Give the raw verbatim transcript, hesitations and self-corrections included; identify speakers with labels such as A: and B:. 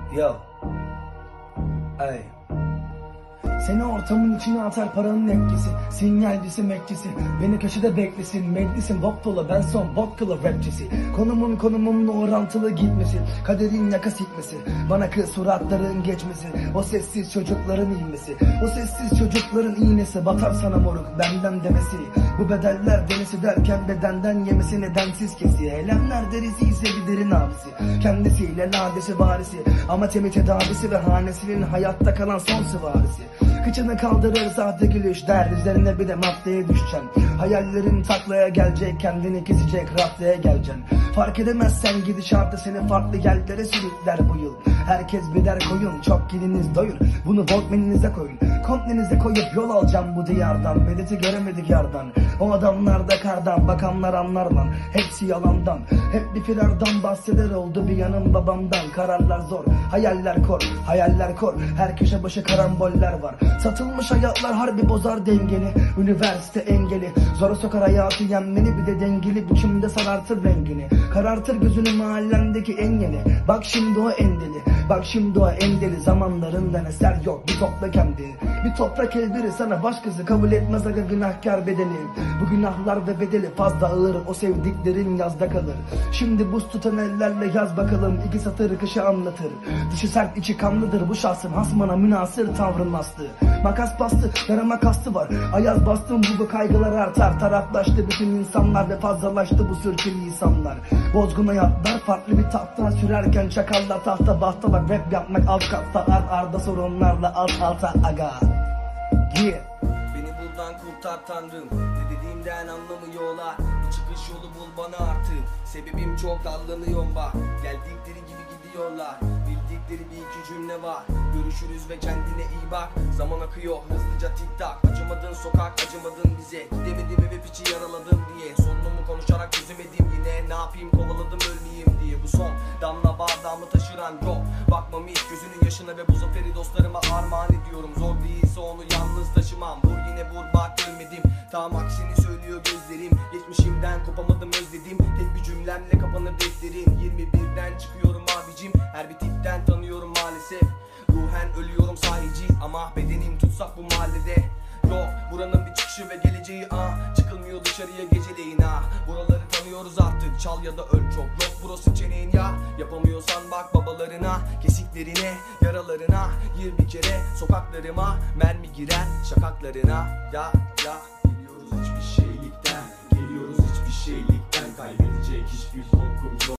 A: Yo. Ay. Seni ortamın içine atar paranın etkisi. Sinyalcisi mekçisi. Beni köşede beklesin. Meclisin bok dolu, ben son bok kılı rapçisi. Konumun konumumla orantılı gitmesi. Kaderin yaka sikmesi. Bana kız suratların geçmesi. O sessiz çocukların inmesi. O sessiz çocukların iğnesi. Batar sana moruk benden demesi. Bu bedeller denesi derken bedenden yemesi nedensiz kesiyor. Eylemler derisi ise bir derin abisi. Kendisiyle nadesi varisi. Ama temi tedavisi ve hanesinin hayatta kalan son süvarisi. Kıçını kaldırır sahte gülüş der. Üzerine bir de maddeye düşeceksin. Hayallerin taklaya gelecek. Kendini kesecek raftaya geleceksin. Fark edemezsen gidişatı seni farklı yerlere sürükler bu yıl. Herkes birer koyun, çok kiliniz doyur. Bunu Walkman'inize koyun. Komplenize koyup yol alacağım bu diyardan. Medeti göremedik yardan. O adamlar da kardan, bakanlar anlar lan. Hepsi yalandan. Hep bir firardan bahseder oldu bir yanım babamdan. Kararlar zor, hayaller kor, hayaller kor. Her köşe başı karamboller var. Satılmış hayatlar harbi bozar dengeni. Üniversite engeli, zora sokar hayatı yenmeni. Bir de dengeli biçimde sarartır rengini. Karartır gözünü mahallendeki en yeni. Bak şimdi o endeli, bak şimdi o endeli. Zamanlarından eser yok, bir topla kendini. Bir toprak elbiri sana başkası kabul etmez aga günahkar bedeni. Bu günahlar ve bedeli fazla ağır, o sevdiklerin yazda kalır. Şimdi buz tutan ellerle yaz bakalım, iki satır kışı anlatır. Dışı sert içi kanlıdır bu şahsın, hasmana münasır tavrın aslı. Makas bastı, yarama kastı var. Ayaz bastım bu kaygılar artar. Taraflaştı bütün insanlar ve fazlalaştı bu sürçülü insanlar. Bozgun hayatlar farklı bir tahta sürerken çakallar tahta bahta bak. Rap yapmak alt katta art arda sorunlarla alt alta aga. Yeah.
B: Beni buradan kurtar tanrım. Ne dediğimden anlamıyorlar. Bir çıkış yolu bul bana artık. Sebebim çok dallanıyorum bak. Geldikleri gibi gidiyorlar. Bildikleri bir iki cümle var. Görüşürüz ve kendine iyi bak. Zaman akıyor hızlıca tik tak. Acımadın sokak, acımadın bize. Gidemedim eve piçi yaraladım diye. Sorunumu konuşarak çözemedim yine. Ne yapayım kovaladım ölmeyeyim diye. Bu son damla bardağımı taşıran yok. Bakmam hiç gözünün yaşına ve bu zaferi dostlarıma armağan ediyorum. Zor değilse onu yalnız taşımam. Vur yine vur bak ölmedim. Tam aksini söylüyor gözlerim. Geçmişimden kopamadım özledim. Tek bir cümlemle kapanır defterin. yirmi birden çıkıyorum abicim. Her bir tipten tanıyorum maalesef. Ruhen ölüyorum sahici ama bedenim tutsak bu mahallede. Yok buranın bir çıkışı ve geleceği ah. Çıkılmıyor dışarıya geceleyin ah. Buraları tanıyoruz artık, çal ya da öl çok. Yok burası çeneğin ya. Yapamıyorsan bak babalarına, kesiklerine, yaralarına. Gir bir kere sokaklarıma, mermi girer şakaklarına. Ya ya geliyoruz hiçbir şeylikten. Geliyoruz hiçbir şeylikten. Kaybedecek hiçbir korkum yok.